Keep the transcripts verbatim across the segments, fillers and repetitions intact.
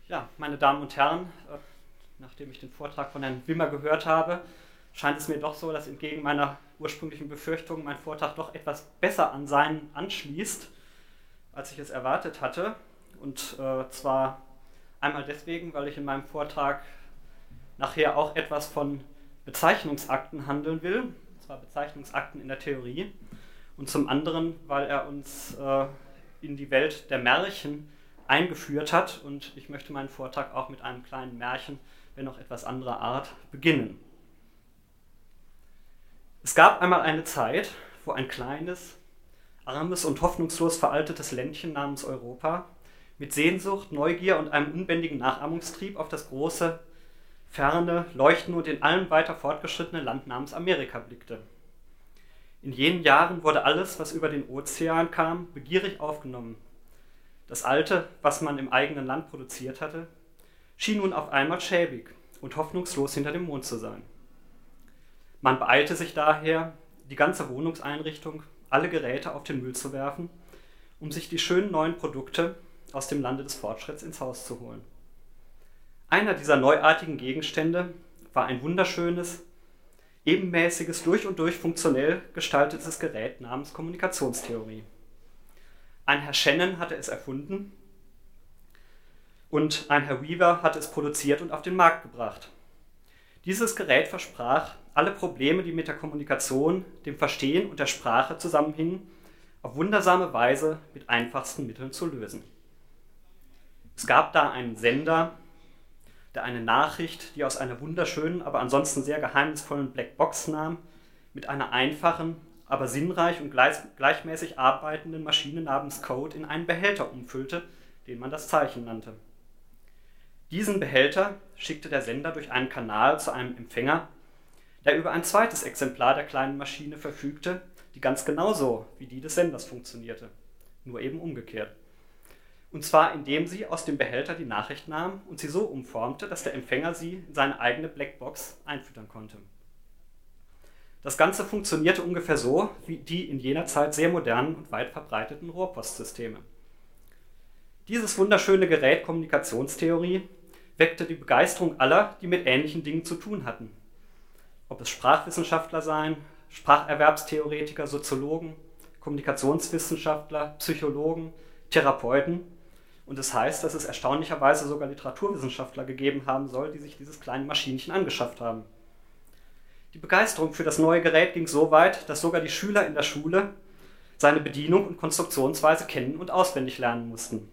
Ja, meine Damen und Herren, äh, nachdem ich den Vortrag von Herrn Wimmer gehört habe, scheint es mir doch so, dass entgegen meiner ursprünglichen Befürchtung mein Vortrag doch etwas besser an seinen anschließt, als ich es erwartet hatte. Und äh, zwar einmal deswegen, weil ich in meinem Vortrag nachher auch etwas von Bezeichnungsakten handeln will, und zwar Bezeichnungsakten in der Theorie, und zum anderen, weil er uns äh, in die Welt der Märchen eingeführt hat, und ich möchte meinen Vortrag auch mit einem kleinen Märchen, wenn auch etwas anderer Art, beginnen. Es gab einmal eine Zeit, wo ein kleines, armes und hoffnungslos veraltetes Ländchen namens Europa mit Sehnsucht, Neugier und einem unbändigen Nachahmungstrieb auf das große, ferne, leuchtende und in allem weiter fortgeschrittene Land namens Amerika blickte. In jenen Jahren wurde alles, was über den Ozean kam, begierig aufgenommen. Das Alte, was man im eigenen Land produziert hatte, schien nun auf einmal schäbig und hoffnungslos hinter dem Mond zu sein. Man beeilte sich daher, die ganze Wohnungseinrichtung, alle Geräte auf den Müll zu werfen, um sich die schönen neuen Produkte aus dem Lande des Fortschritts ins Haus zu holen. Einer dieser neuartigen Gegenstände war ein wunderschönes, ebenmäßiges, durch und durch funktionell gestaltetes Gerät namens Kommunikationstheorie. Ein Herr Shannon hatte es erfunden und ein Herr Weaver hatte es produziert und auf den Markt gebracht. Dieses Gerät versprach, alle Probleme, die mit der Kommunikation, dem Verstehen und der Sprache zusammenhingen, auf wundersame Weise mit einfachsten Mitteln zu lösen. Es gab da einen Sender, der eine Nachricht, die aus einer wunderschönen, aber ansonsten sehr geheimnisvollen Blackbox nahm, mit einer einfachen, aber sinnreich und gleich, gleichmäßig arbeitenden Maschine namens Code in einen Behälter umfüllte, den man das Zeichen nannte. Diesen Behälter schickte der Sender durch einen Kanal zu einem Empfänger, der über ein zweites Exemplar der kleinen Maschine verfügte, die ganz genauso wie die des Senders funktionierte, nur eben umgekehrt. Und zwar indem sie aus dem Behälter die Nachricht nahm und sie so umformte, dass der Empfänger sie in seine eigene Blackbox einfüttern konnte. Das Ganze funktionierte ungefähr so wie die in jener Zeit sehr modernen und weit verbreiteten Rohrpostsysteme. Dieses wunderschöne Gerät Kommunikationstheorie weckte die Begeisterung aller, die mit ähnlichen Dingen zu tun hatten. Ob es Sprachwissenschaftler seien, Spracherwerbstheoretiker, Soziologen, Kommunikationswissenschaftler, Psychologen, Therapeuten. Und es heißt, dass es erstaunlicherweise sogar Literaturwissenschaftler gegeben haben soll, die sich dieses kleine Maschinchen angeschafft haben. Die Begeisterung für das neue Gerät ging so weit, dass sogar die Schüler in der Schule seine Bedienung und Konstruktionsweise kennen und auswendig lernen mussten.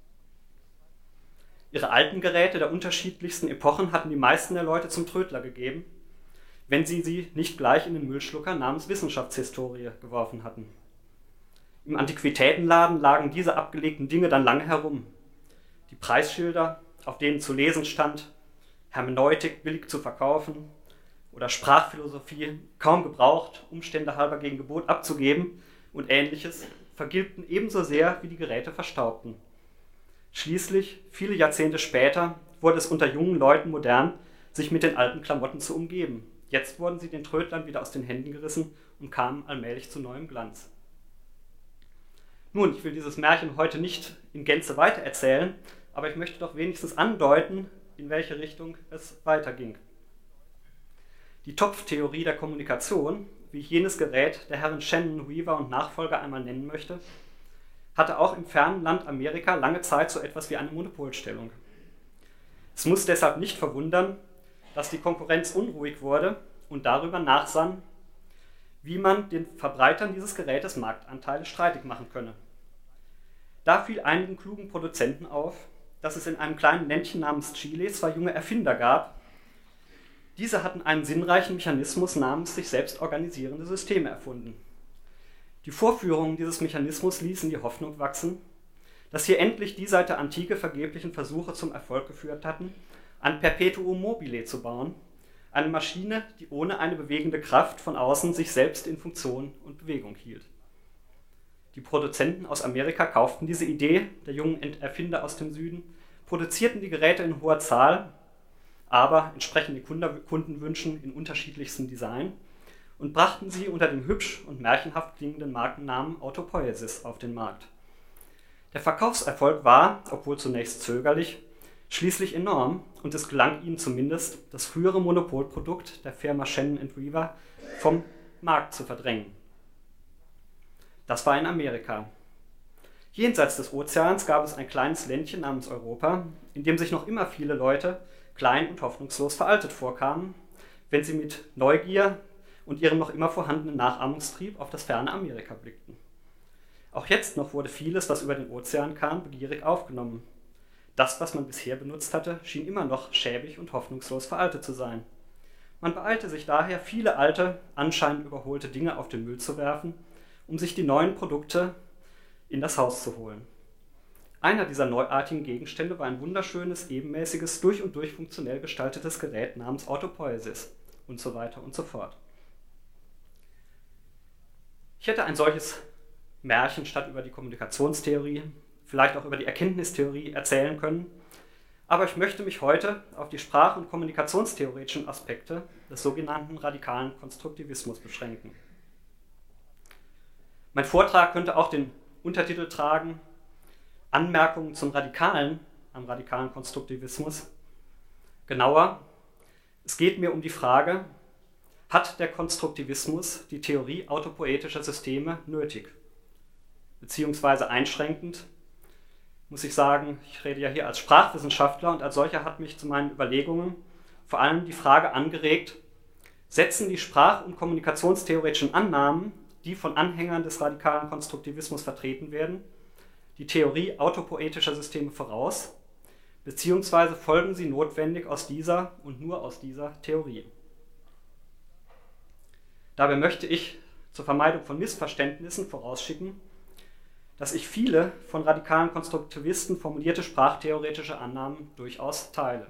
Ihre alten Geräte der unterschiedlichsten Epochen hatten die meisten der Leute zum Trödler gegeben, wenn sie sie nicht gleich in den Müllschlucker namens Wissenschaftshistorie geworfen hatten. Im Antiquitätenladen lagen diese abgelegten Dinge dann lange herum. Die Preisschilder, auf denen zu lesen stand, Hermeneutik billig zu verkaufen oder Sprachphilosophie kaum gebraucht, Umstände halber gegen Gebot abzugeben und Ähnliches, vergilbten ebenso sehr, wie die Geräte verstaubten. Schließlich, viele Jahrzehnte später, wurde es unter jungen Leuten modern, sich mit den alten Klamotten zu umgeben. Jetzt wurden sie den Trödlern wieder aus den Händen gerissen und kamen allmählich zu neuem Glanz. Nun, ich will dieses Märchen heute nicht in Gänze weitererzählen, aber ich möchte doch wenigstens andeuten, in welche Richtung es weiterging. Die Topftheorie der Kommunikation, wie ich jenes Gerät der Herren Shannon, Weaver und Nachfolger einmal nennen möchte, hatte auch im fernen Land Amerika lange Zeit so etwas wie eine Monopolstellung. Es muss deshalb nicht verwundern, dass die Konkurrenz unruhig wurde und darüber nachsann, wie man den Verbreitern dieses Gerätes Marktanteile streitig machen könne. Da fiel einigen klugen Produzenten auf, dass es in einem kleinen Ländchen namens Chile zwei junge Erfinder gab. Diese hatten einen sinnreichen Mechanismus namens sich selbst organisierende Systeme erfunden. Die Vorführungen dieses Mechanismus ließen die Hoffnung wachsen, dass hier endlich die seit der Antike vergeblichen Versuche zum Erfolg geführt hatten, ein Perpetuum mobile zu bauen, eine Maschine, die ohne eine bewegende Kraft von außen sich selbst in Funktion und Bewegung hielt. Die Produzenten aus Amerika kauften diese Idee der jungen Erfinder aus dem Süden, produzierten die Geräte in hoher Zahl, aber entsprechend den Kundenwünschen in unterschiedlichsten Design und brachten sie unter dem hübsch und märchenhaft klingenden Markennamen Autopoiesis auf den Markt. Der Verkaufserfolg war, obwohl zunächst zögerlich, schließlich enorm und es gelang ihnen zumindest, das frühere Monopolprodukt der Firma Shannon and Weaver vom Markt zu verdrängen. Das war in Amerika. Jenseits des Ozeans gab es ein kleines Ländchen namens Europa, in dem sich noch immer viele Leute klein und hoffnungslos veraltet vorkamen, wenn sie mit Neugier und ihrem noch immer vorhandenen Nachahmungstrieb auf das ferne Amerika blickten. Auch jetzt noch wurde vieles, was über den Ozean kam, begierig aufgenommen. Das, was man bisher benutzt hatte, schien immer noch schäbig und hoffnungslos veraltet zu sein. Man beeilte sich daher, viele alte, anscheinend überholte Dinge auf den Müll zu werfen, um sich die neuen Produkte in das Haus zu holen. Einer dieser neuartigen Gegenstände war ein wunderschönes, ebenmäßiges, durch und durch funktionell gestaltetes Gerät namens Autopoiesis und so weiter und so fort. Ich hätte ein solches Märchen statt über die Kommunikationstheorie, vielleicht auch über die Erkenntnistheorie erzählen können, aber ich möchte mich heute auf die sprach- und kommunikationstheoretischen Aspekte des sogenannten radikalen Konstruktivismus beschränken. Mein Vortrag könnte auch den Untertitel tragen: Anmerkungen zum Radikalen, am radikalen Konstruktivismus. Genauer, es geht mir um die Frage, hat der Konstruktivismus die Theorie autopoetischer Systeme nötig? Beziehungsweise einschränkend, muss ich sagen, ich rede ja hier als Sprachwissenschaftler und als solcher hat mich zu meinen Überlegungen vor allem die Frage angeregt, setzen die sprach- und kommunikationstheoretischen Annahmen, die von Anhängern des radikalen Konstruktivismus vertreten werden, die Theorie autopoetischer Systeme voraus, beziehungsweise folgen sie notwendig aus dieser und nur aus dieser Theorie. Dabei möchte ich zur Vermeidung von Missverständnissen vorausschicken, dass ich viele von radikalen Konstruktivisten formulierte sprachtheoretische Annahmen durchaus teile.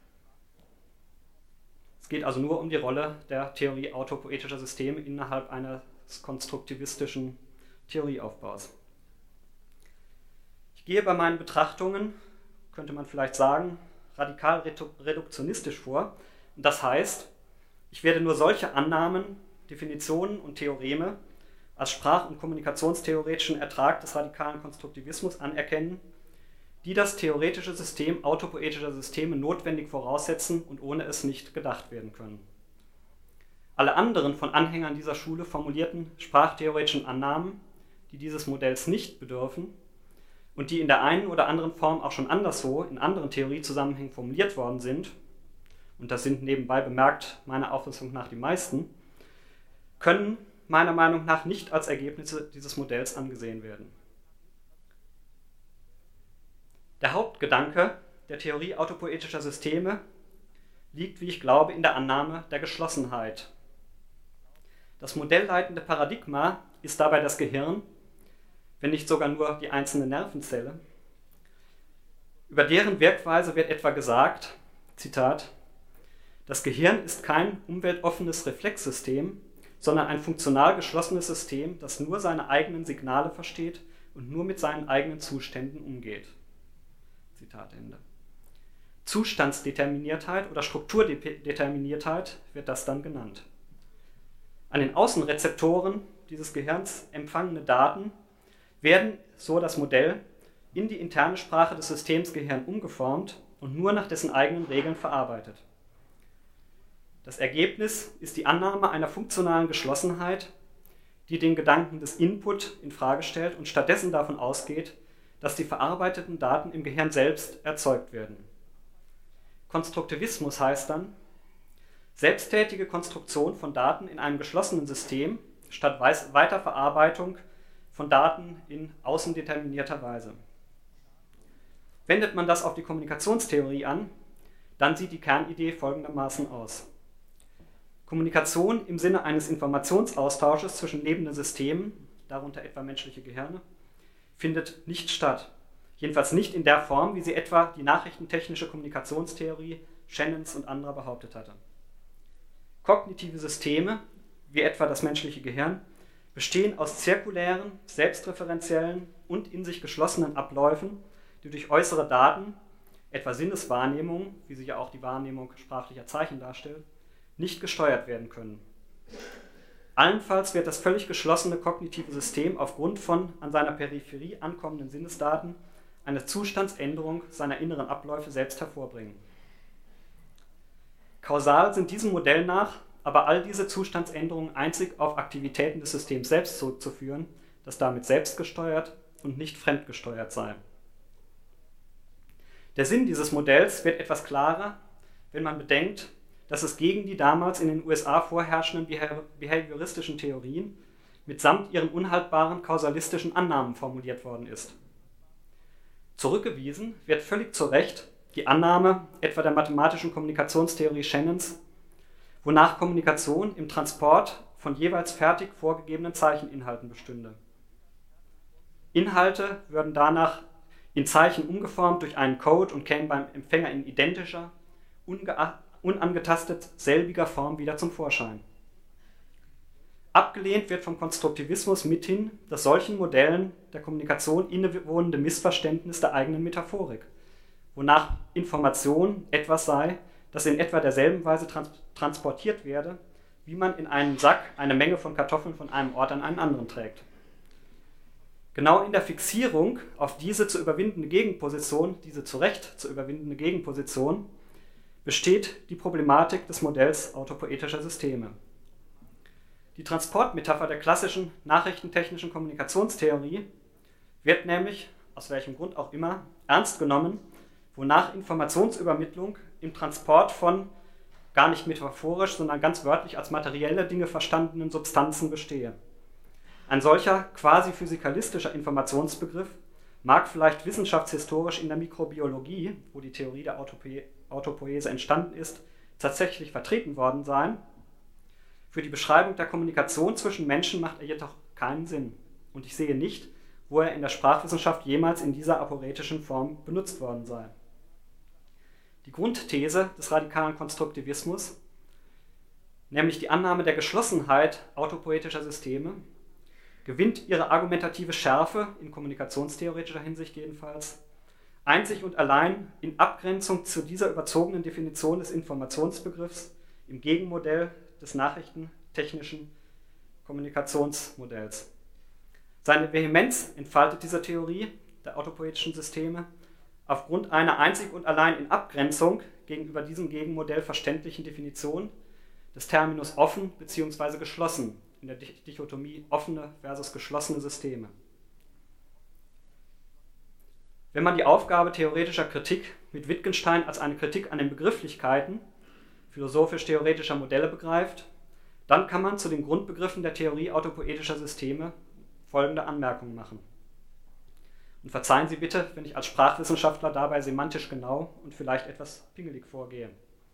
Es geht also nur um die Rolle der Theorie autopoetischer Systeme innerhalb eines konstruktivistischen Theorieaufbaus. Ich gehe bei meinen Betrachtungen, könnte man vielleicht sagen, radikal reduktionistisch vor. Und das heißt, ich werde nur solche Annahmen, Definitionen und Theoreme als sprach- und kommunikationstheoretischen Ertrag des radikalen Konstruktivismus anerkennen, die das theoretische System autopoetischer Systeme notwendig voraussetzen und ohne es nicht gedacht werden können. Alle anderen von Anhängern dieser Schule formulierten sprachtheoretischen Annahmen, die dieses Modells nicht bedürfen und die in der einen oder anderen Form auch schon anderswo in anderen Theoriezusammenhängen formuliert worden sind, und das sind nebenbei bemerkt meiner Auffassung nach die meisten, können meiner Meinung nach nicht als Ergebnisse dieses Modells angesehen werden. Der Hauptgedanke der Theorie autopoetischer Systeme liegt, wie ich glaube, in der Annahme der Geschlossenheit. Das modellleitende Paradigma ist dabei das Gehirn, wenn nicht sogar nur die einzelne Nervenzelle. Über deren Wirkweise wird etwa gesagt, Zitat, das Gehirn ist kein umweltoffenes Reflexsystem, sondern ein funktional geschlossenes System, das nur seine eigenen Signale versteht und nur mit seinen eigenen Zuständen umgeht. Zitat Ende. Zustandsdeterminiertheit oder Strukturdeterminiertheit wird das dann genannt. An den Außenrezeptoren dieses Gehirns empfangene Daten werden, so das Modell, in die interne Sprache des Systems Gehirn umgeformt und nur nach dessen eigenen Regeln verarbeitet. Das Ergebnis ist die Annahme einer funktionalen Geschlossenheit, die den Gedanken des Input in Frage stellt und stattdessen davon ausgeht, dass die verarbeiteten Daten im Gehirn selbst erzeugt werden. Konstruktivismus heißt dann, selbsttätige Konstruktion von Daten in einem geschlossenen System statt Weiterverarbeitung von Daten in außendeterminierter Weise. Wendet man das auf die Kommunikationstheorie an, dann sieht die Kernidee folgendermaßen aus. Kommunikation im Sinne eines Informationsaustausches zwischen lebenden Systemen, darunter etwa menschliche Gehirne, findet nicht statt. Jedenfalls nicht in der Form, wie sie etwa die nachrichtentechnische Kommunikationstheorie Shannons und anderer behauptet hatte. Kognitive Systeme, wie etwa das menschliche Gehirn, bestehen aus zirkulären, selbstreferenziellen und in sich geschlossenen Abläufen, die durch äußere Daten, etwa Sinneswahrnehmung, wie sie ja auch die Wahrnehmung sprachlicher Zeichen darstellt, nicht gesteuert werden können. Allenfalls wird das völlig geschlossene kognitive System aufgrund von an seiner Peripherie ankommenden Sinnesdaten eine Zustandsänderung seiner inneren Abläufe selbst hervorbringen. Kausal sind diesem Modell nach aber all diese Zustandsänderungen einzig auf Aktivitäten des Systems selbst zurückzuführen, das damit selbstgesteuert und nicht fremdgesteuert sei. Der Sinn dieses Modells wird etwas klarer, wenn man bedenkt, dass es gegen die damals in den U S A vorherrschenden behavioristischen Theorien mitsamt ihren unhaltbaren kausalistischen Annahmen formuliert worden ist. Zurückgewiesen wird völlig zu Recht die Annahme etwa der mathematischen Kommunikationstheorie Shannons, wonach Kommunikation im Transport von jeweils fertig vorgegebenen Zeicheninhalten bestünde. Inhalte würden danach in Zeichen umgeformt durch einen Code und kämen beim Empfänger in identischer, unangetastet selbiger Form wieder zum Vorschein. Abgelehnt wird vom Konstruktivismus mithin das solchen Modellen der Kommunikation innewohnende Missverständnis der eigenen Metaphorik, wonach Information etwas sei, das in etwa derselben Weise trans- transportiert werde, wie man in einem Sack eine Menge von Kartoffeln von einem Ort an einen anderen trägt. Genau in der Fixierung auf diese zu überwindende Gegenposition, diese zu Recht zu überwindende Gegenposition, besteht die Problematik des Modells autopoetischer Systeme. Die Transportmetapher der klassischen nachrichtentechnischen Kommunikationstheorie wird nämlich, aus welchem Grund auch immer, ernst genommen, wonach Informationsübermittlung im Transport von gar nicht metaphorisch, sondern ganz wörtlich als materielle Dinge verstandenen Substanzen bestehe. Ein solcher quasi physikalistischer Informationsbegriff mag vielleicht wissenschaftshistorisch in der Mikrobiologie, wo die Theorie der Autopoe- Autopoese entstanden ist, tatsächlich vertreten worden sein. Für die Beschreibung der Kommunikation zwischen Menschen macht er jedoch keinen Sinn. Und ich sehe nicht, wo er in der Sprachwissenschaft jemals in dieser aporetischen Form benutzt worden sei. Die Grundthese des radikalen Konstruktivismus, nämlich die Annahme der Geschlossenheit autopoetischer Systeme, gewinnt ihre argumentative Schärfe, in kommunikationstheoretischer Hinsicht jedenfalls, einzig und allein in Abgrenzung zu dieser überzogenen Definition des Informationsbegriffs im Gegenmodell des nachrichtentechnischen Kommunikationsmodells. Seine Vehemenz entfaltet diese Theorie der autopoetischen Systeme aufgrund einer einzig und allein in Abgrenzung gegenüber diesem Gegenmodell verständlichen Definition des Terminus offen bzw. geschlossen in der Dichotomie offene versus geschlossene Systeme. Wenn man die Aufgabe theoretischer Kritik mit Wittgenstein als eine Kritik an den Begrifflichkeiten philosophisch-theoretischer Modelle begreift, dann kann man zu den Grundbegriffen der Theorie autopoetischer Systeme folgende Anmerkungen machen. Und verzeihen Sie bitte, wenn ich als Sprachwissenschaftler dabei semantisch genau und vielleicht etwas pingelig vorgehe.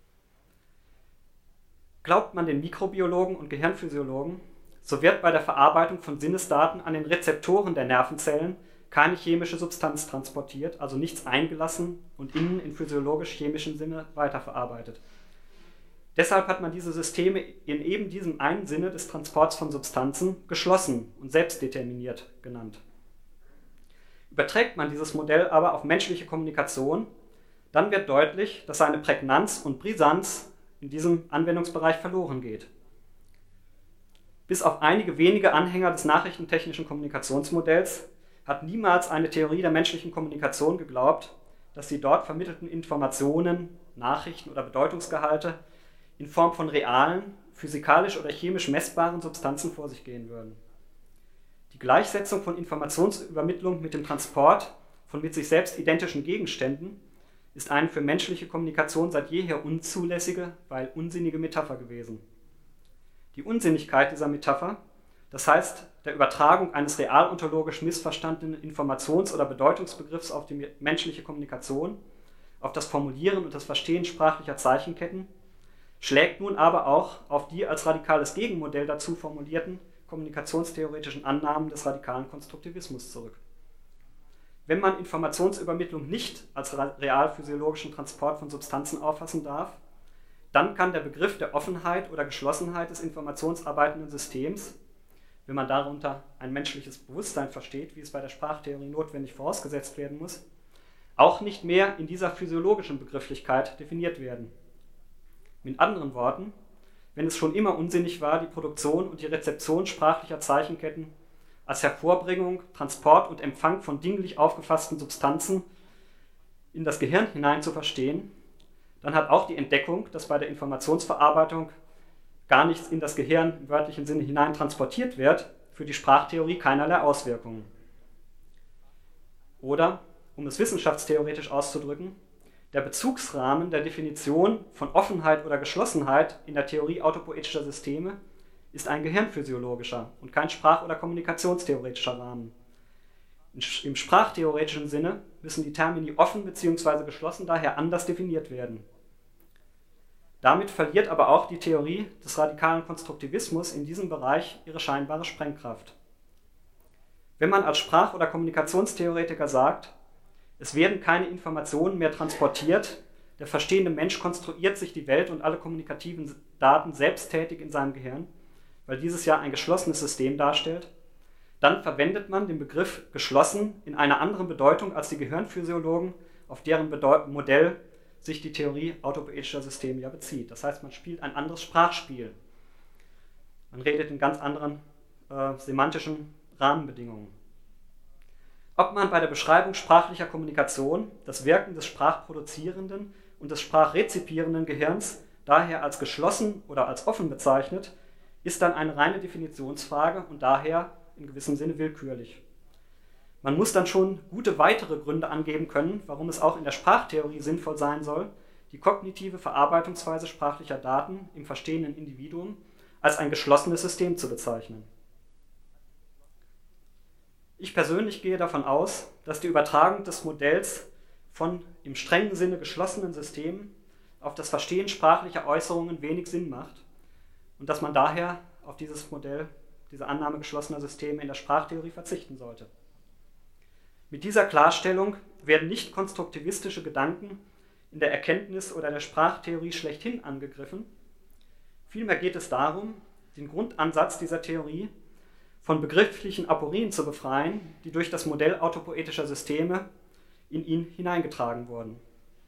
Glaubt man den Mikrobiologen und Gehirnphysiologen, so wird bei der Verarbeitung von Sinnesdaten an den Rezeptoren der Nervenzellen keine chemische Substanz transportiert, also nichts eingelassen und innen in physiologisch-chemischen Sinne weiterverarbeitet. Deshalb hat man diese Systeme in eben diesem einen Sinne des Transports von Substanzen geschlossen und selbstdeterminiert genannt. Überträgt man dieses Modell aber auf menschliche Kommunikation, dann wird deutlich, dass seine Prägnanz und Brisanz in diesem Anwendungsbereich verloren geht. Bis auf einige wenige Anhänger des nachrichtentechnischen Kommunikationsmodells hat niemals eine Theorie der menschlichen Kommunikation geglaubt, dass die dort vermittelten Informationen, Nachrichten oder Bedeutungsgehalte in Form von realen, physikalisch oder chemisch messbaren Substanzen vor sich gehen würden. Die Gleichsetzung von Informationsübermittlung mit dem Transport von mit sich selbst identischen Gegenständen ist eine für menschliche Kommunikation seit jeher unzulässige, weil unsinnige Metapher gewesen. Die Unsinnigkeit dieser Metapher, das heißt der Übertragung eines realontologisch missverstandenen Informations- oder Bedeutungsbegriffs auf die menschliche Kommunikation, auf das Formulieren und das Verstehen sprachlicher Zeichenketten, schlägt nun aber auch auf die als radikales Gegenmodell dazu formulierten kommunikationstheoretischen Annahmen des radikalen Konstruktivismus zurück. Wenn man Informationsübermittlung nicht als realphysiologischen Transport von Substanzen auffassen darf, dann kann der Begriff der Offenheit oder Geschlossenheit des informationsarbeitenden Systems, wenn man darunter ein menschliches Bewusstsein versteht, wie es bei der Sprachtheorie notwendig vorausgesetzt werden muss, auch nicht mehr in dieser physiologischen Begrifflichkeit definiert werden. Mit anderen Worten, wenn es schon immer unsinnig war, die Produktion und die Rezeption sprachlicher Zeichenketten als Hervorbringung, Transport und Empfang von dinglich aufgefassten Substanzen in das Gehirn hinein zu verstehen, dann hat auch die Entdeckung, dass bei der Informationsverarbeitung gar nichts in das Gehirn im wörtlichen Sinne hinein transportiert wird, für die Sprachtheorie keinerlei Auswirkungen. Oder, um es wissenschaftstheoretisch auszudrücken, der Bezugsrahmen der Definition von Offenheit oder Geschlossenheit in der Theorie autopoetischer Systeme ist ein gehirnphysiologischer und kein sprach- oder kommunikationstheoretischer Rahmen. Im sprachtheoretischen Sinne müssen die Termini offen bzw. geschlossen daher anders definiert werden. Damit verliert aber auch die Theorie des radikalen Konstruktivismus in diesem Bereich ihre scheinbare Sprengkraft. Wenn man als Sprach- oder Kommunikationstheoretiker sagt, es werden keine Informationen mehr transportiert, der verstehende Mensch konstruiert sich die Welt und alle kommunikativen Daten selbsttätig in seinem Gehirn, weil dieses ja ein geschlossenes System darstellt, dann verwendet man den Begriff geschlossen in einer anderen Bedeutung als die Gehirnphysiologen, auf deren Bedeu- Modell sich die Theorie autopoetischer Systeme ja bezieht. Das heißt, man spielt ein anderes Sprachspiel. Man redet in ganz anderen äh, semantischen Rahmenbedingungen. Ob man bei der Beschreibung sprachlicher Kommunikation das Wirken des sprachproduzierenden und des sprachrezipierenden Gehirns daher als geschlossen oder als offen bezeichnet, ist dann eine reine Definitionsfrage und daher in gewissem Sinne willkürlich. Man muss dann schon gute weitere Gründe angeben können, warum es auch in der Sprachtheorie sinnvoll sein soll, die kognitive Verarbeitungsweise sprachlicher Daten im verstehenden Individuum als ein geschlossenes System zu bezeichnen. Ich persönlich gehe davon aus, dass die Übertragung des Modells von im strengen Sinne geschlossenen Systemen auf das Verstehen sprachlicher Äußerungen wenig Sinn macht und dass man daher auf dieses Modell, diese Annahme geschlossener Systeme in der Sprachtheorie verzichten sollte. Mit dieser Klarstellung werden nicht konstruktivistische Gedanken in der Erkenntnis oder der Sprachtheorie schlechthin angegriffen. Vielmehr geht es darum, den Grundansatz dieser Theorie von begrifflichen Aporien zu befreien, die durch das Modell autopoetischer Systeme in ihn hineingetragen wurden.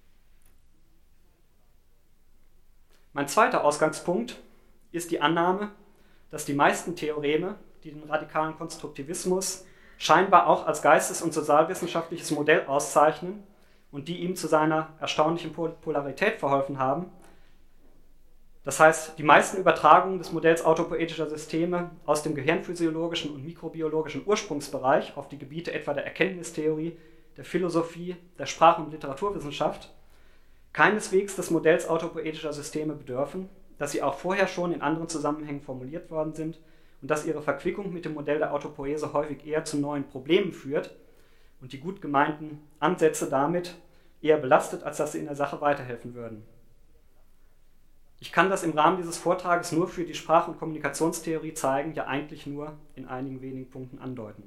Mein zweiter Ausgangspunkt ist die Annahme, dass die meisten Theoreme, die den radikalen Konstruktivismus scheinbar auch als geistes- und sozialwissenschaftliches Modell auszeichnen und die ihm zu seiner erstaunlichen Polarität verholfen haben, das heißt, die meisten Übertragungen des Modells autopoetischer Systeme aus dem gehirnphysiologischen und mikrobiologischen Ursprungsbereich auf die Gebiete etwa der Erkenntnistheorie, der Philosophie, der Sprach- und Literaturwissenschaft keineswegs des Modells autopoetischer Systeme bedürfen, dass sie auch vorher schon in anderen Zusammenhängen formuliert worden sind und dass ihre Verquickung mit dem Modell der Autopoese häufig eher zu neuen Problemen führt und die gut gemeinten Ansätze damit eher belastet, als dass sie in der Sache weiterhelfen würden. Ich kann das im Rahmen dieses Vortrages nur für die Sprach- und Kommunikationstheorie zeigen, ja eigentlich nur in einigen wenigen Punkten andeuten.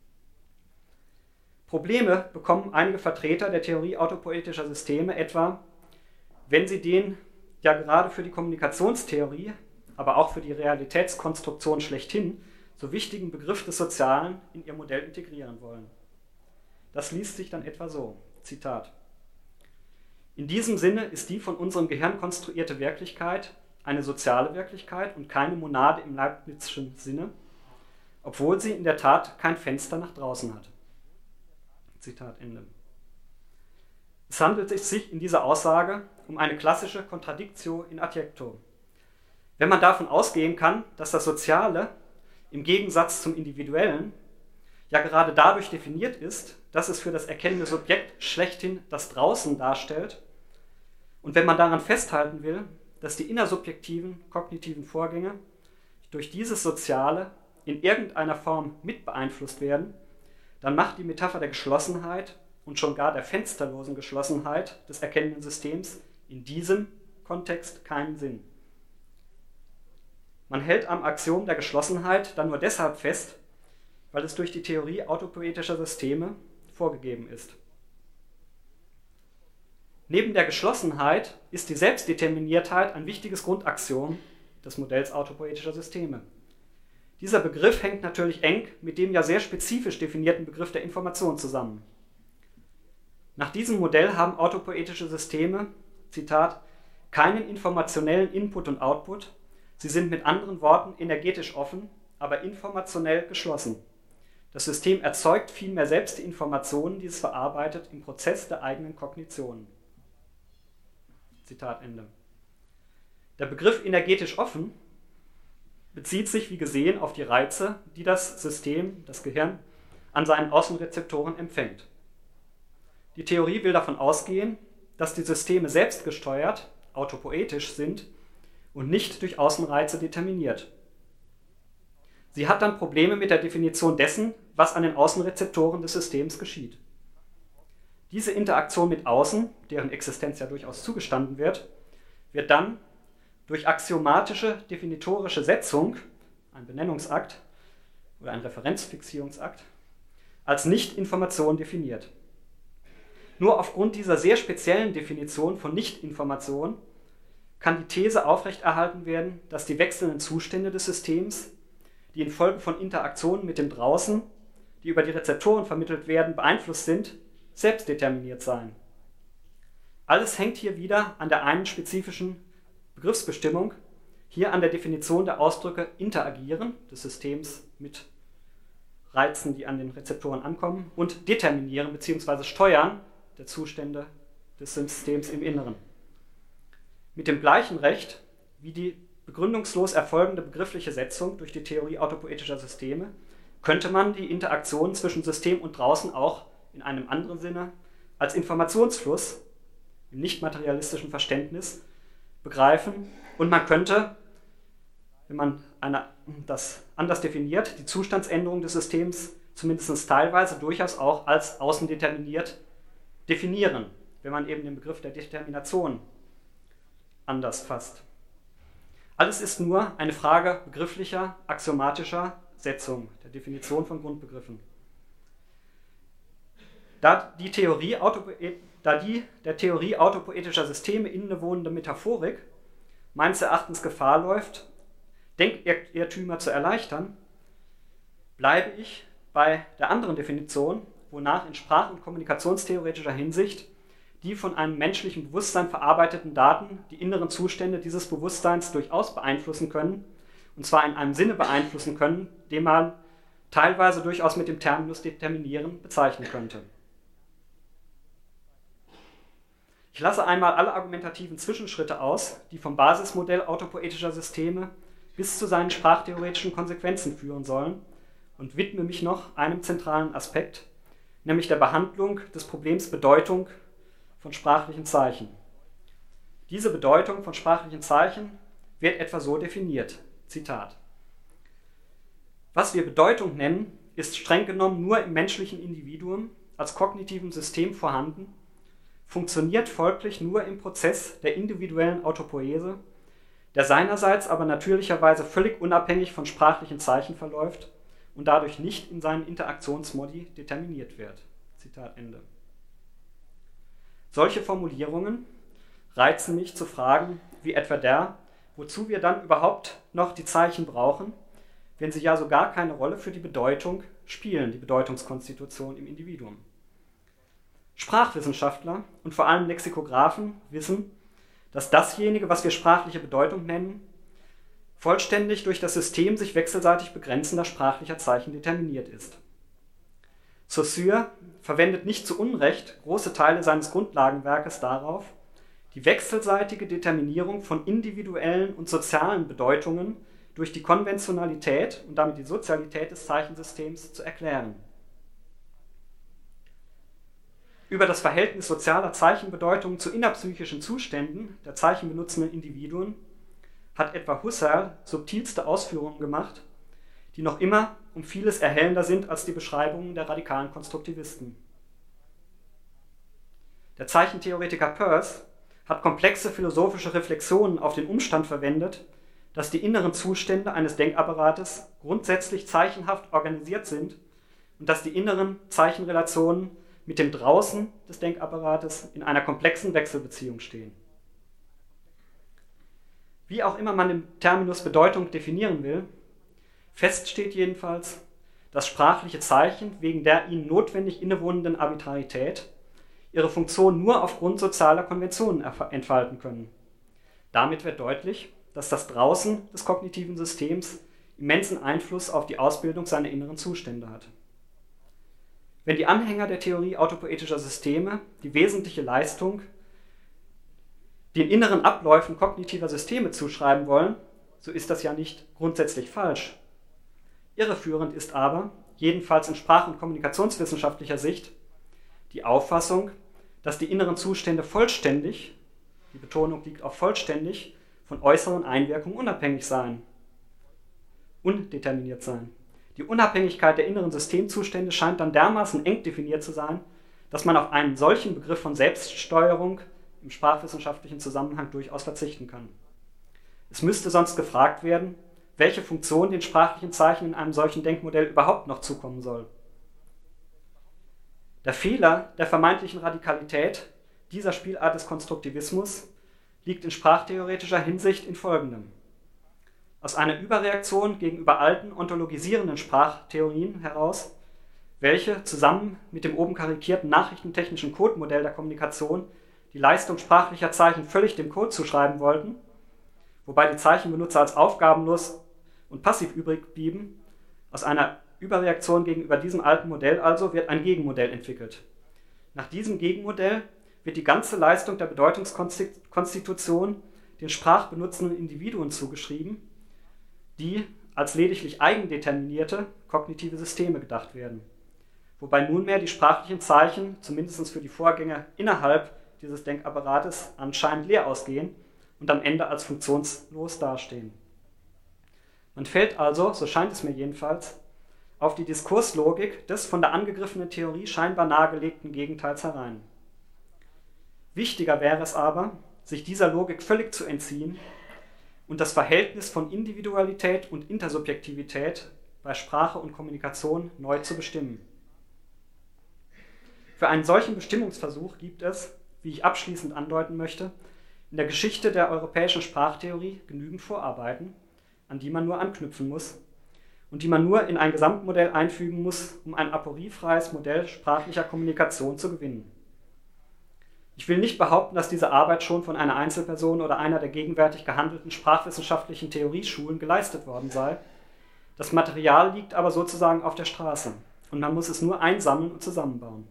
Probleme bekommen einige Vertreter der Theorie autopoetischer Systeme etwa, wenn sie den ja gerade für die Kommunikationstheorie, aber auch für die Realitätskonstruktion schlechthin so wichtigen Begriff des Sozialen in ihr Modell integrieren wollen. Das liest sich dann etwa so, Zitat: In diesem Sinne ist die von unserem Gehirn konstruierte Wirklichkeit eine soziale Wirklichkeit und keine Monade im Leibnizschen Sinne, obwohl sie in der Tat kein Fenster nach draußen hat. Zitat Ende. Es handelt sich in dieser Aussage um eine klassische Contradictio in adjecto. Wenn man davon ausgehen kann, dass das Soziale im Gegensatz zum Individuellen ja gerade dadurch definiert ist, dass es für das erkennende Subjekt schlechthin das Draußen darstellt, und wenn man daran festhalten will, dass die innersubjektiven kognitiven Vorgänge durch dieses Soziale in irgendeiner Form mit beeinflusst werden, dann macht die Metapher der Geschlossenheit und schon gar der fensterlosen Geschlossenheit des erkennenden Systems in diesem Kontext keinen Sinn. Man hält am Axiom der Geschlossenheit dann nur deshalb fest, weil es durch die Theorie autopoetischer Systeme vorgegeben ist. Neben der Geschlossenheit ist die Selbstdeterminiertheit ein wichtiges Grundaxiom des Modells autopoetischer Systeme. Dieser Begriff hängt natürlich eng mit dem ja sehr spezifisch definierten Begriff der Information zusammen. Nach diesem Modell haben autopoetische Systeme, Zitat, keinen informationellen Input und Output, sie sind mit anderen Worten energetisch offen, aber informationell geschlossen. Das System erzeugt vielmehr selbst die Informationen, die es verarbeitet, im Prozess der eigenen Kognition. Zitat Ende. Der Begriff energetisch offen bezieht sich, wie gesehen, auf die Reize, die das System, das Gehirn, an seinen Außenrezeptoren empfängt. Die Theorie will davon ausgehen, dass die Systeme selbstgesteuert, autopoetisch sind und nicht durch Außenreize determiniert. Sie hat dann Probleme mit der Definition dessen, was an den Außenrezeptoren des Systems geschieht. Diese Interaktion mit Außen, deren Existenz ja durchaus zugestanden wird, wird dann durch axiomatische definitorische Setzung, ein Benennungsakt oder ein Referenzfixierungsakt, als Nicht-Information definiert. Nur aufgrund dieser sehr speziellen Definition von Nicht-Information kann die These aufrechterhalten werden, dass die wechselnden Zustände des Systems, die infolge von Interaktionen mit dem Draußen, die über die Rezeptoren vermittelt werden, beeinflusst sind, selbst determiniert seien. Alles hängt hier wieder an der einen spezifischen Begriffsbestimmung, hier an der Definition der Ausdrücke interagieren des Systems mit Reizen, die an den Rezeptoren ankommen, und determinieren bzw. steuern der Zustände des Systems im Inneren. Mit dem gleichen Recht wie die begründungslos erfolgende begriffliche Setzung durch die Theorie autopoetischer Systeme könnte man die Interaktion zwischen System und Draußen auch in einem anderen Sinne als Informationsfluss im nicht-materialistischen Verständnis begreifen, und man könnte, wenn man eine, das anders definiert, die Zustandsänderung des Systems zumindest teilweise durchaus auch als außendeterminiert definieren, wenn man eben den Begriff der Determination anders fasst. Alles ist nur eine Frage begrifflicher, axiomatischer Setzung, der Definition von Grundbegriffen. Da die, Theorie, da die der Theorie autopoetischer Systeme innewohnende Metaphorik meines Erachtens Gefahr läuft, Denkirrtümer zu erleichtern, bleibe ich bei der anderen Definition, wonach in sprach- und kommunikationstheoretischer Hinsicht die von einem menschlichen Bewusstsein verarbeiteten Daten die inneren Zustände dieses Bewusstseins durchaus beeinflussen können, und zwar in einem Sinne beeinflussen können, den man teilweise durchaus mit dem Terminus determinieren bezeichnen könnte. Ich lasse einmal alle argumentativen Zwischenschritte aus, die vom Basismodell autopoetischer Systeme bis zu seinen sprachtheoretischen Konsequenzen führen sollen, und widme mich noch einem zentralen Aspekt, nämlich der Behandlung des Problems Bedeutung von sprachlichen Zeichen. Diese Bedeutung von sprachlichen Zeichen wird etwa so definiert, Zitat: Was wir Bedeutung nennen, ist streng genommen nur im menschlichen Individuum als kognitivem System vorhanden, funktioniert folglich nur im Prozess der individuellen Autopoese, der seinerseits aber natürlicherweise völlig unabhängig von sprachlichen Zeichen verläuft und dadurch nicht in seinen Interaktionsmodi determiniert wird. Zitat Ende. Solche Formulierungen reizen mich zu Fragen wie etwa der, wozu wir dann überhaupt noch die Zeichen brauchen, wenn sie ja so gar keine Rolle für die Bedeutung spielen, die Bedeutungskonstitution im Individuum. Sprachwissenschaftler und vor allem Lexikographen wissen, dass dasjenige, was wir sprachliche Bedeutung nennen, vollständig durch das System sich wechselseitig begrenzender sprachlicher Zeichen determiniert ist. Saussure verwendet nicht zu Unrecht große Teile seines Grundlagenwerkes darauf, die wechselseitige Determinierung von individuellen und sozialen Bedeutungen durch die Konventionalität und damit die Sozialität des Zeichensystems zu erklären. Über das Verhältnis sozialer Zeichenbedeutungen zu innerpsychischen Zuständen der zeichenbenutzenden Individuen hat etwa Husserl subtilste Ausführungen gemacht, die noch immer um vieles erhellender sind als die Beschreibungen der radikalen Konstruktivisten. Der Zeichentheoretiker Peirce hat komplexe philosophische Reflexionen auf den Umstand verwendet, dass die inneren Zustände eines Denkapparates grundsätzlich zeichenhaft organisiert sind und dass die inneren Zeichenrelationen mit dem Draußen des Denkapparates in einer komplexen Wechselbeziehung stehen. Wie auch immer man den Terminus Bedeutung definieren will, fest steht jedenfalls, dass sprachliche Zeichen wegen der ihnen notwendig innewohnenden Arbitrarität ihre Funktion nur aufgrund sozialer Konventionen entfalten können. Damit wird deutlich, dass das Draußen des kognitiven Systems immensen Einfluss auf die Ausbildung seiner inneren Zustände hat. Wenn die Anhänger der Theorie autopoetischer Systeme die wesentliche Leistung den inneren Abläufen kognitiver Systeme zuschreiben wollen, so ist das ja nicht grundsätzlich falsch. Irreführend ist aber, jedenfalls in sprach- und kommunikationswissenschaftlicher Sicht, die Auffassung, dass die inneren Zustände vollständig, die Betonung liegt auf vollständig, von äußeren Einwirkungen unabhängig seien, undeterminiert seien. Die Unabhängigkeit der inneren Systemzustände scheint dann dermaßen eng definiert zu sein, dass man auf einen solchen Begriff von Selbststeuerung im sprachwissenschaftlichen Zusammenhang durchaus verzichten kann. Es müsste sonst gefragt werden, welche Funktion den sprachlichen Zeichen in einem solchen Denkmodell überhaupt noch zukommen soll. Der Fehler der vermeintlichen Radikalität dieser Spielart des Konstruktivismus liegt in sprachtheoretischer Hinsicht in Folgendem. Aus einer Überreaktion gegenüber alten ontologisierenden Sprachtheorien heraus, welche zusammen mit dem oben karikierten nachrichtentechnischen Codemodell der Kommunikation die Leistung sprachlicher Zeichen völlig dem Code zuschreiben wollten, wobei die Zeichenbenutzer als aufgabenlos und passiv übrig blieben. Aus einer Überreaktion gegenüber diesem alten Modell also wird ein Gegenmodell entwickelt. Nach diesem Gegenmodell wird die ganze Leistung der Bedeutungskonstitution den sprachbenutzenden Individuen zugeschrieben, die als lediglich eigendeterminierte kognitive Systeme gedacht werden, wobei nunmehr die sprachlichen Zeichen, zumindest für die Vorgänge innerhalb dieses Denkapparates, anscheinend leer ausgehen und am Ende als funktionslos dastehen. Man fällt also, so scheint es mir jedenfalls, auf die Diskurslogik des von der angegriffenen Theorie scheinbar nahegelegten Gegenteils herein. Wichtiger wäre es aber, sich dieser Logik völlig zu entziehen und das Verhältnis von Individualität und Intersubjektivität bei Sprache und Kommunikation neu zu bestimmen. Für einen solchen Bestimmungsversuch gibt es, wie ich abschließend andeuten möchte, in der Geschichte der europäischen Sprachtheorie genügend Vorarbeiten, an die man nur anknüpfen muss und die man nur in ein Gesamtmodell einfügen muss, um ein aporiefreies Modell sprachlicher Kommunikation zu gewinnen. Ich will nicht behaupten, dass diese Arbeit schon von einer Einzelperson oder einer der gegenwärtig gehandelten sprachwissenschaftlichen Theorieschulen geleistet worden sei. Das Material liegt aber sozusagen auf der Straße und man muss es nur einsammeln und zusammenbauen.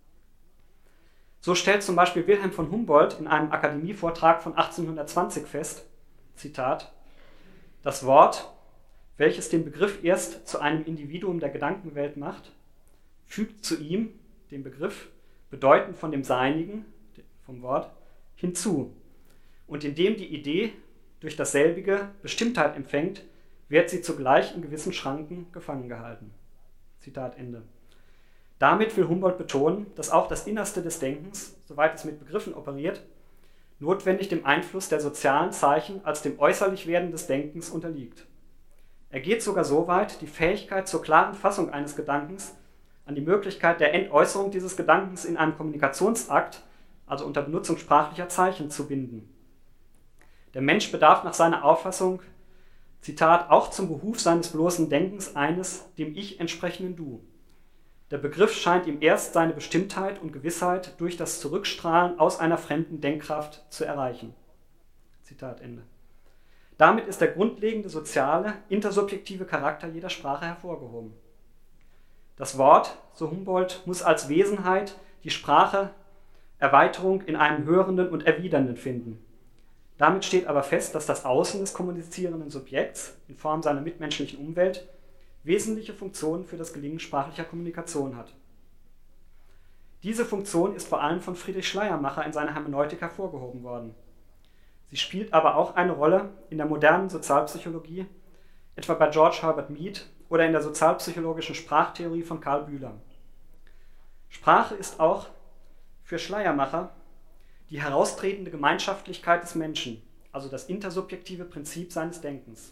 So stellt zum Beispiel Wilhelm von Humboldt in einem Akademievortrag von achtzehnhundertzwanzig fest, Zitat, das Wort, welches den Begriff erst zu einem Individuum der Gedankenwelt macht, fügt zu ihm, dem Begriff, bedeutend von dem Seinigen, vom Wort, hinzu. Und indem die Idee durch dasselbige Bestimmtheit empfängt, wird sie zugleich in gewissen Schranken gefangen gehalten. Zitat Ende. Damit will Humboldt betonen, dass auch das Innerste des Denkens, soweit es mit Begriffen operiert, notwendig dem Einfluss der sozialen Zeichen als dem Äußerlichwerden des Denkens unterliegt. Er geht sogar so weit, die Fähigkeit zur klaren Fassung eines Gedankens an die Möglichkeit der Entäußerung dieses Gedankens in einem Kommunikationsakt, also unter Benutzung sprachlicher Zeichen, zu binden. Der Mensch bedarf nach seiner Auffassung, Zitat, auch zum Behuf seines bloßen Denkens eines dem Ich entsprechenden Du. Der Begriff scheint ihm erst seine Bestimmtheit und Gewissheit durch das Zurückstrahlen aus einer fremden Denkkraft zu erreichen. Zitat Ende. Damit ist der grundlegende soziale, intersubjektive Charakter jeder Sprache hervorgehoben. Das Wort, so Humboldt, muss als Wesenheit die Sprache Erweiterung in einem Hörenden und Erwidernden finden. Damit steht aber fest, dass das Außen des kommunizierenden Subjekts in Form seiner mitmenschlichen Umwelt wesentliche Funktionen für das Gelingen sprachlicher Kommunikation hat. Diese Funktion ist vor allem von Friedrich Schleiermacher in seiner Hermeneutik hervorgehoben worden. Sie spielt aber auch eine Rolle in der modernen Sozialpsychologie, etwa bei George Herbert Mead oder in der sozialpsychologischen Sprachtheorie von Karl Bühler. Sprache ist auch für Schleiermacher die heraustretende Gemeinschaftlichkeit des Menschen, also das intersubjektive Prinzip seines Denkens.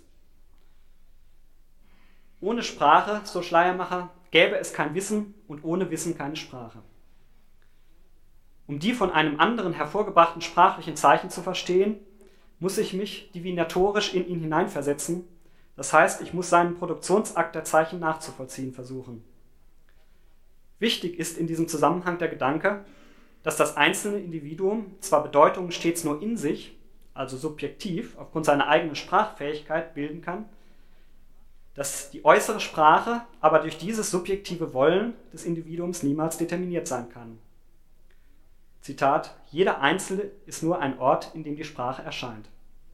Ohne Sprache, so Schleiermacher, gäbe es kein Wissen und ohne Wissen keine Sprache. Um die von einem anderen hervorgebrachten sprachlichen Zeichen zu verstehen, muss ich mich divinatorisch in ihn hineinversetzen, das heißt, ich muss seinen Produktionsakt der Zeichen nachzuvollziehen versuchen. Wichtig ist in diesem Zusammenhang der Gedanke, dass das einzelne Individuum zwar Bedeutungen stets nur in sich, also subjektiv, aufgrund seiner eigenen Sprachfähigkeit bilden kann, dass die äußere Sprache aber durch dieses subjektive Wollen des Individuums niemals determiniert sein kann. Zitat: Jeder Einzelne ist nur ein Ort, in dem die Sprache erscheint.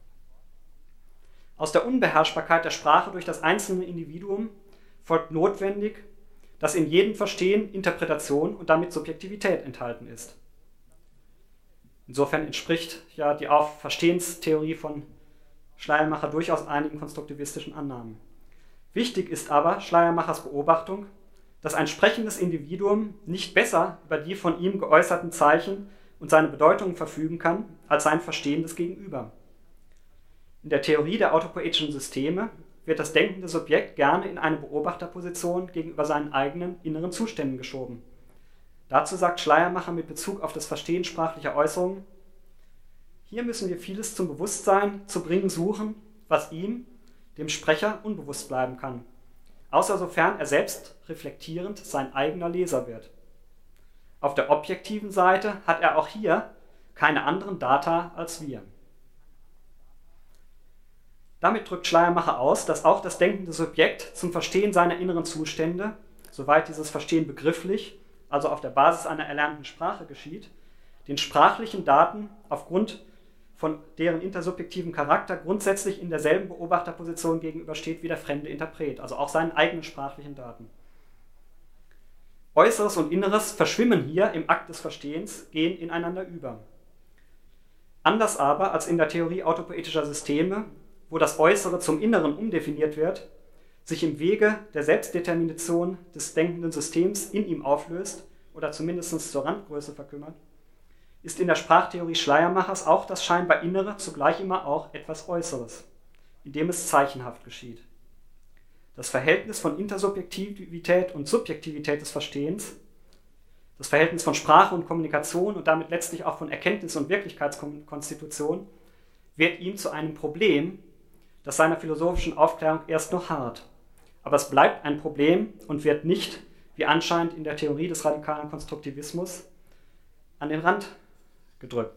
Aus der Unbeherrschbarkeit der Sprache durch das einzelne Individuum folgt notwendig, dass in jedem Verstehen Interpretation und damit Subjektivität enthalten ist. Insofern entspricht ja die Auf- Verstehenstheorie von Schleiermacher durchaus einigen konstruktivistischen Annahmen. Wichtig ist aber Schleiermachers Beobachtung, dass ein sprechendes Individuum nicht besser über die von ihm geäußerten Zeichen und seine Bedeutungen verfügen kann, als sein verstehendes Gegenüber. In der Theorie der autopoetischen Systeme wird das denkende Subjekt gerne in eine Beobachterposition gegenüber seinen eigenen inneren Zuständen geschoben. Dazu sagt Schleiermacher mit Bezug auf das Verstehen sprachlicher Äußerungen: Hier müssen wir vieles zum Bewusstsein zu bringen suchen, was ihm, dem Sprecher, unbewusst bleiben kann, außer sofern er selbst reflektierend sein eigener Leser wird. Auf der objektiven Seite hat er auch hier keine anderen Data als wir. Damit drückt Schleiermacher aus, dass auch das denkende Subjekt zum Verstehen seiner inneren Zustände, soweit dieses Verstehen begrifflich, also auf der Basis einer erlernten Sprache geschieht, den sprachlichen Daten aufgrund von deren intersubjektivem Charakter grundsätzlich in derselben Beobachterposition gegenübersteht wie der fremde Interpret, also auch seinen eigenen sprachlichen Daten. Äußeres und Inneres verschwimmen hier im Akt des Verstehens, gehen ineinander über. Anders aber als in der Theorie autopoetischer Systeme, wo das Äußere zum Inneren umdefiniert wird, sich im Wege der Selbstdetermination des denkenden Systems in ihm auflöst oder zumindest zur Randgröße verkümmert, ist in der Sprachtheorie Schleiermachers auch das scheinbar Innere zugleich immer auch etwas Äußeres, indem es zeichenhaft geschieht. Das Verhältnis von Intersubjektivität und Subjektivität des Verstehens, das Verhältnis von Sprache und Kommunikation und damit letztlich auch von Erkenntnis und Wirklichkeitskonstitution wird ihm zu einem Problem, das seiner philosophischen Aufklärung erst noch harrt. Aber es bleibt ein Problem und wird nicht, wie anscheinend in der Theorie des radikalen Konstruktivismus, an den Rand gedrückt.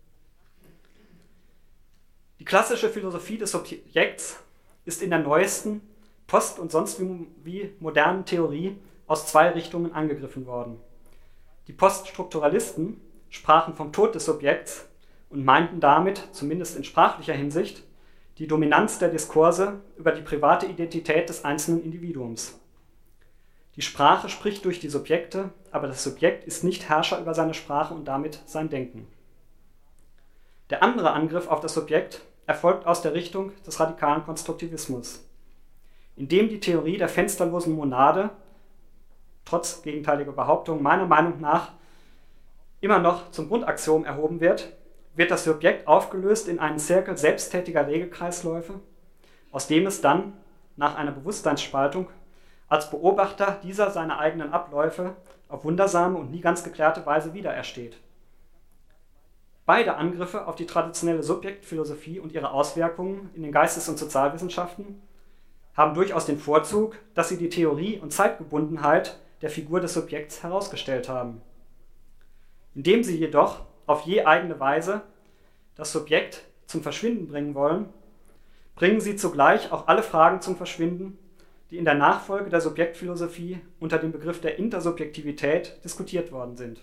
Die klassische Philosophie des Subjekts ist in der neuesten, post- und sonst wie, wie modernen Theorie aus zwei Richtungen angegriffen worden. Die Poststrukturalisten sprachen vom Tod des Subjekts und meinten damit, zumindest in sprachlicher Hinsicht, die Dominanz der Diskurse über die private Identität des einzelnen Individuums. Die Sprache spricht durch die Subjekte, aber das Subjekt ist nicht Herrscher über seine Sprache und damit sein Denken. Der andere Angriff auf das Subjekt erfolgt aus der Richtung des radikalen Konstruktivismus, indem die Theorie der fensterlosen Monade, trotz gegenteiliger Behauptungen meiner Meinung nach, immer noch zum Grundaxiom erhoben wird, wird das Subjekt aufgelöst in einen Zirkel selbsttätiger Regelkreisläufe, aus dem es dann, nach einer Bewusstseinsspaltung, als Beobachter dieser seiner eigenen Abläufe auf wundersame und nie ganz geklärte Weise wiederersteht. Beide Angriffe auf die traditionelle Subjektphilosophie und ihre Auswirkungen in den Geistes- und Sozialwissenschaften haben durchaus den Vorzug, dass sie die Theorie und Zeitgebundenheit der Figur des Subjekts herausgestellt haben. Indem sie jedoch auf je eigene Weise das Subjekt zum Verschwinden bringen wollen, bringen sie zugleich auch alle Fragen zum Verschwinden, die in der Nachfolge der Subjektphilosophie unter dem Begriff der Intersubjektivität diskutiert worden sind.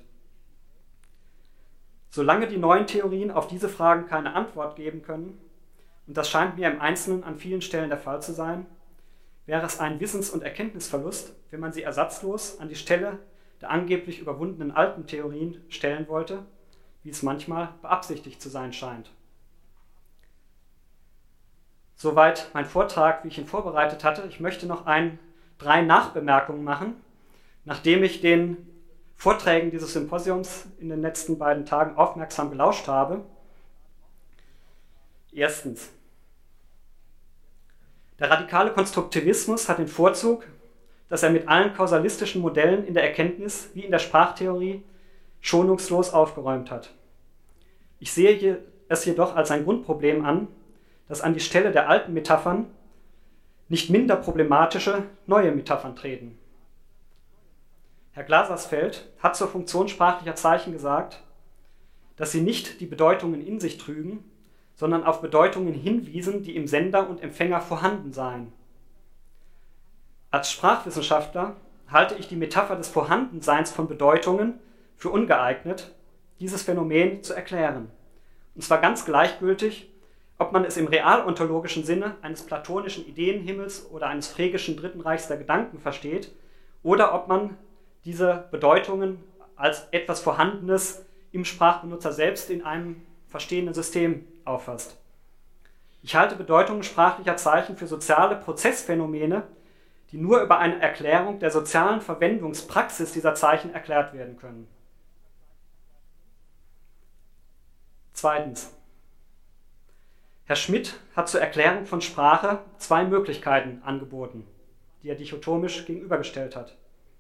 Solange die neuen Theorien auf diese Fragen keine Antwort geben können, und das scheint mir im Einzelnen an vielen Stellen der Fall zu sein, wäre es ein Wissens- und Erkenntnisverlust, wenn man sie ersatzlos an die Stelle der angeblich überwundenen alten Theorien stellen wollte, wie es manchmal beabsichtigt zu sein scheint. Soweit mein Vortrag, wie ich ihn vorbereitet hatte. Ich möchte noch ein, drei Nachbemerkungen machen, nachdem ich den Vorträgen dieses Symposiums in den letzten beiden Tagen aufmerksam gelauscht habe. Erstens: Der radikale Konstruktivismus hat den Vorzug, dass er mit allen kausalistischen Modellen in der Erkenntnis wie in der Sprachtheorie schonungslos aufgeräumt hat. Ich sehe es jedoch als ein Grundproblem an, dass an die Stelle der alten Metaphern nicht minder problematische neue Metaphern treten. Herr Glasersfeld hat zur Funktion sprachlicher Zeichen gesagt, dass sie nicht die Bedeutungen in sich trügen, sondern auf Bedeutungen hinwiesen, die im Sender und Empfänger vorhanden seien. Als Sprachwissenschaftler halte ich die Metapher des Vorhandenseins von Bedeutungen für ungeeignet, dieses Phänomen zu erklären. Und zwar ganz gleichgültig, ob man es im realontologischen Sinne eines platonischen Ideenhimmels oder eines fregischen Dritten Reichs der Gedanken versteht, oder ob man diese Bedeutungen als etwas Vorhandenes im Sprachbenutzer selbst in einem verstehenden System auffasst. Ich halte Bedeutungen sprachlicher Zeichen für soziale Prozessphänomene, die nur über eine Erklärung der sozialen Verwendungspraxis dieser Zeichen erklärt werden können. Zweitens. Herr Schmidt hat zur Erklärung von Sprache zwei Möglichkeiten angeboten, die er dichotomisch gegenübergestellt hat.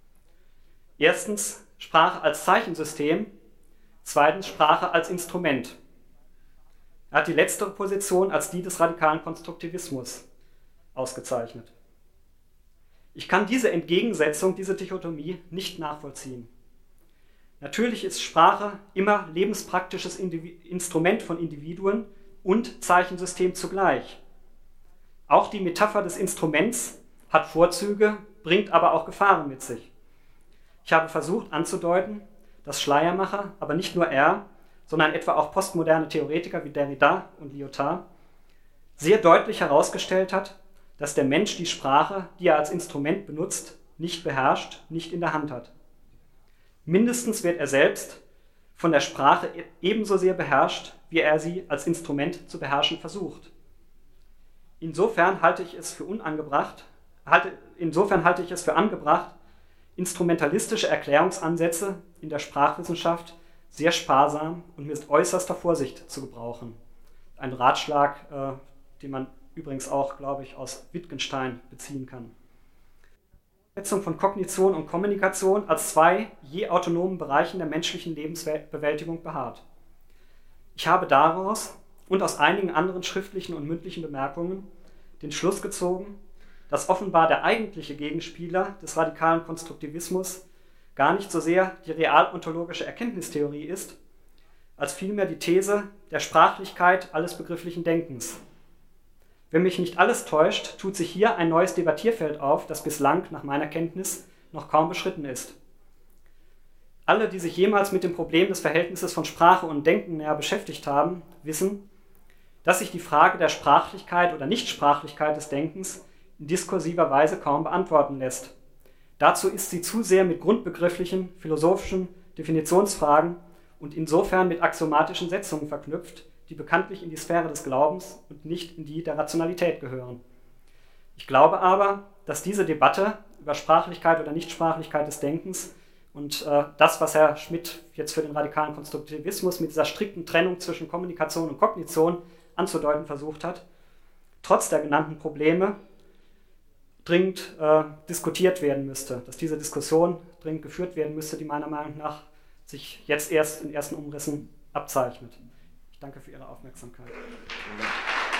Erstens Sprache als Zeichensystem, zweitens Sprache als Instrument. Er hat die letztere Position als die des radikalen Konstruktivismus ausgezeichnet. Ich kann diese Entgegensetzung, diese Dichotomie nicht nachvollziehen. Natürlich ist Sprache immer lebenspraktisches Indiv- Instrument von Individuen und Zeichensystem zugleich. Auch die Metapher des Instruments hat Vorzüge, bringt aber auch Gefahren mit sich. Ich habe versucht anzudeuten, dass Schleiermacher, aber nicht nur er, sondern etwa auch postmoderne Theoretiker wie Derrida und Lyotard, sehr deutlich herausgestellt hat, dass der Mensch die Sprache, die er als Instrument benutzt, nicht beherrscht, nicht in der Hand hat. Mindestens wird er selbst von der Sprache ebenso sehr beherrscht, wie er sie als Instrument zu beherrschen versucht. Insofern halte ich es für unangebracht, halte, insofern halte ich es für angebracht, instrumentalistische Erklärungsansätze in der Sprachwissenschaft sehr sparsam und mit äußerster Vorsicht zu gebrauchen. Ein Ratschlag, äh, den man übrigens auch, glaube ich, aus Wittgenstein beziehen kann. Die Setzung von Kognition und Kommunikation als zwei je autonomen Bereichen der menschlichen Lebensbewältigung beharrt. Ich habe daraus und aus einigen anderen schriftlichen und mündlichen Bemerkungen den Schluss gezogen, dass offenbar der eigentliche Gegenspieler des radikalen Konstruktivismus gar nicht so sehr die realontologische Erkenntnistheorie ist, als vielmehr die These der Sprachlichkeit alles begrifflichen Denkens. Wenn mich nicht alles täuscht, tut sich hier ein neues Debattierfeld auf, das bislang, nach meiner Kenntnis, noch kaum beschritten ist. Alle, die sich jemals mit dem Problem des Verhältnisses von Sprache und Denken näher beschäftigt haben, wissen, dass sich die Frage der Sprachlichkeit oder Nichtsprachlichkeit des Denkens in diskursiver Weise kaum beantworten lässt. Dazu ist sie zu sehr mit grundbegrifflichen, philosophischen Definitionsfragen und insofern mit axiomatischen Setzungen verknüpft, die bekanntlich in die Sphäre des Glaubens und nicht in die der Rationalität gehören. Ich glaube aber, dass diese Debatte über Sprachlichkeit oder Nichtsprachlichkeit des Denkens und äh, das, was Herr Schmidt jetzt für den radikalen Konstruktivismus mit dieser strikten Trennung zwischen Kommunikation und Kognition anzudeuten versucht hat, trotz der genannten Probleme dringend äh, diskutiert werden müsste, dass diese Diskussion dringend geführt werden müsste, die meiner Meinung nach sich jetzt erst in ersten Umrissen abzeichnet. Ich danke für Ihre Aufmerksamkeit.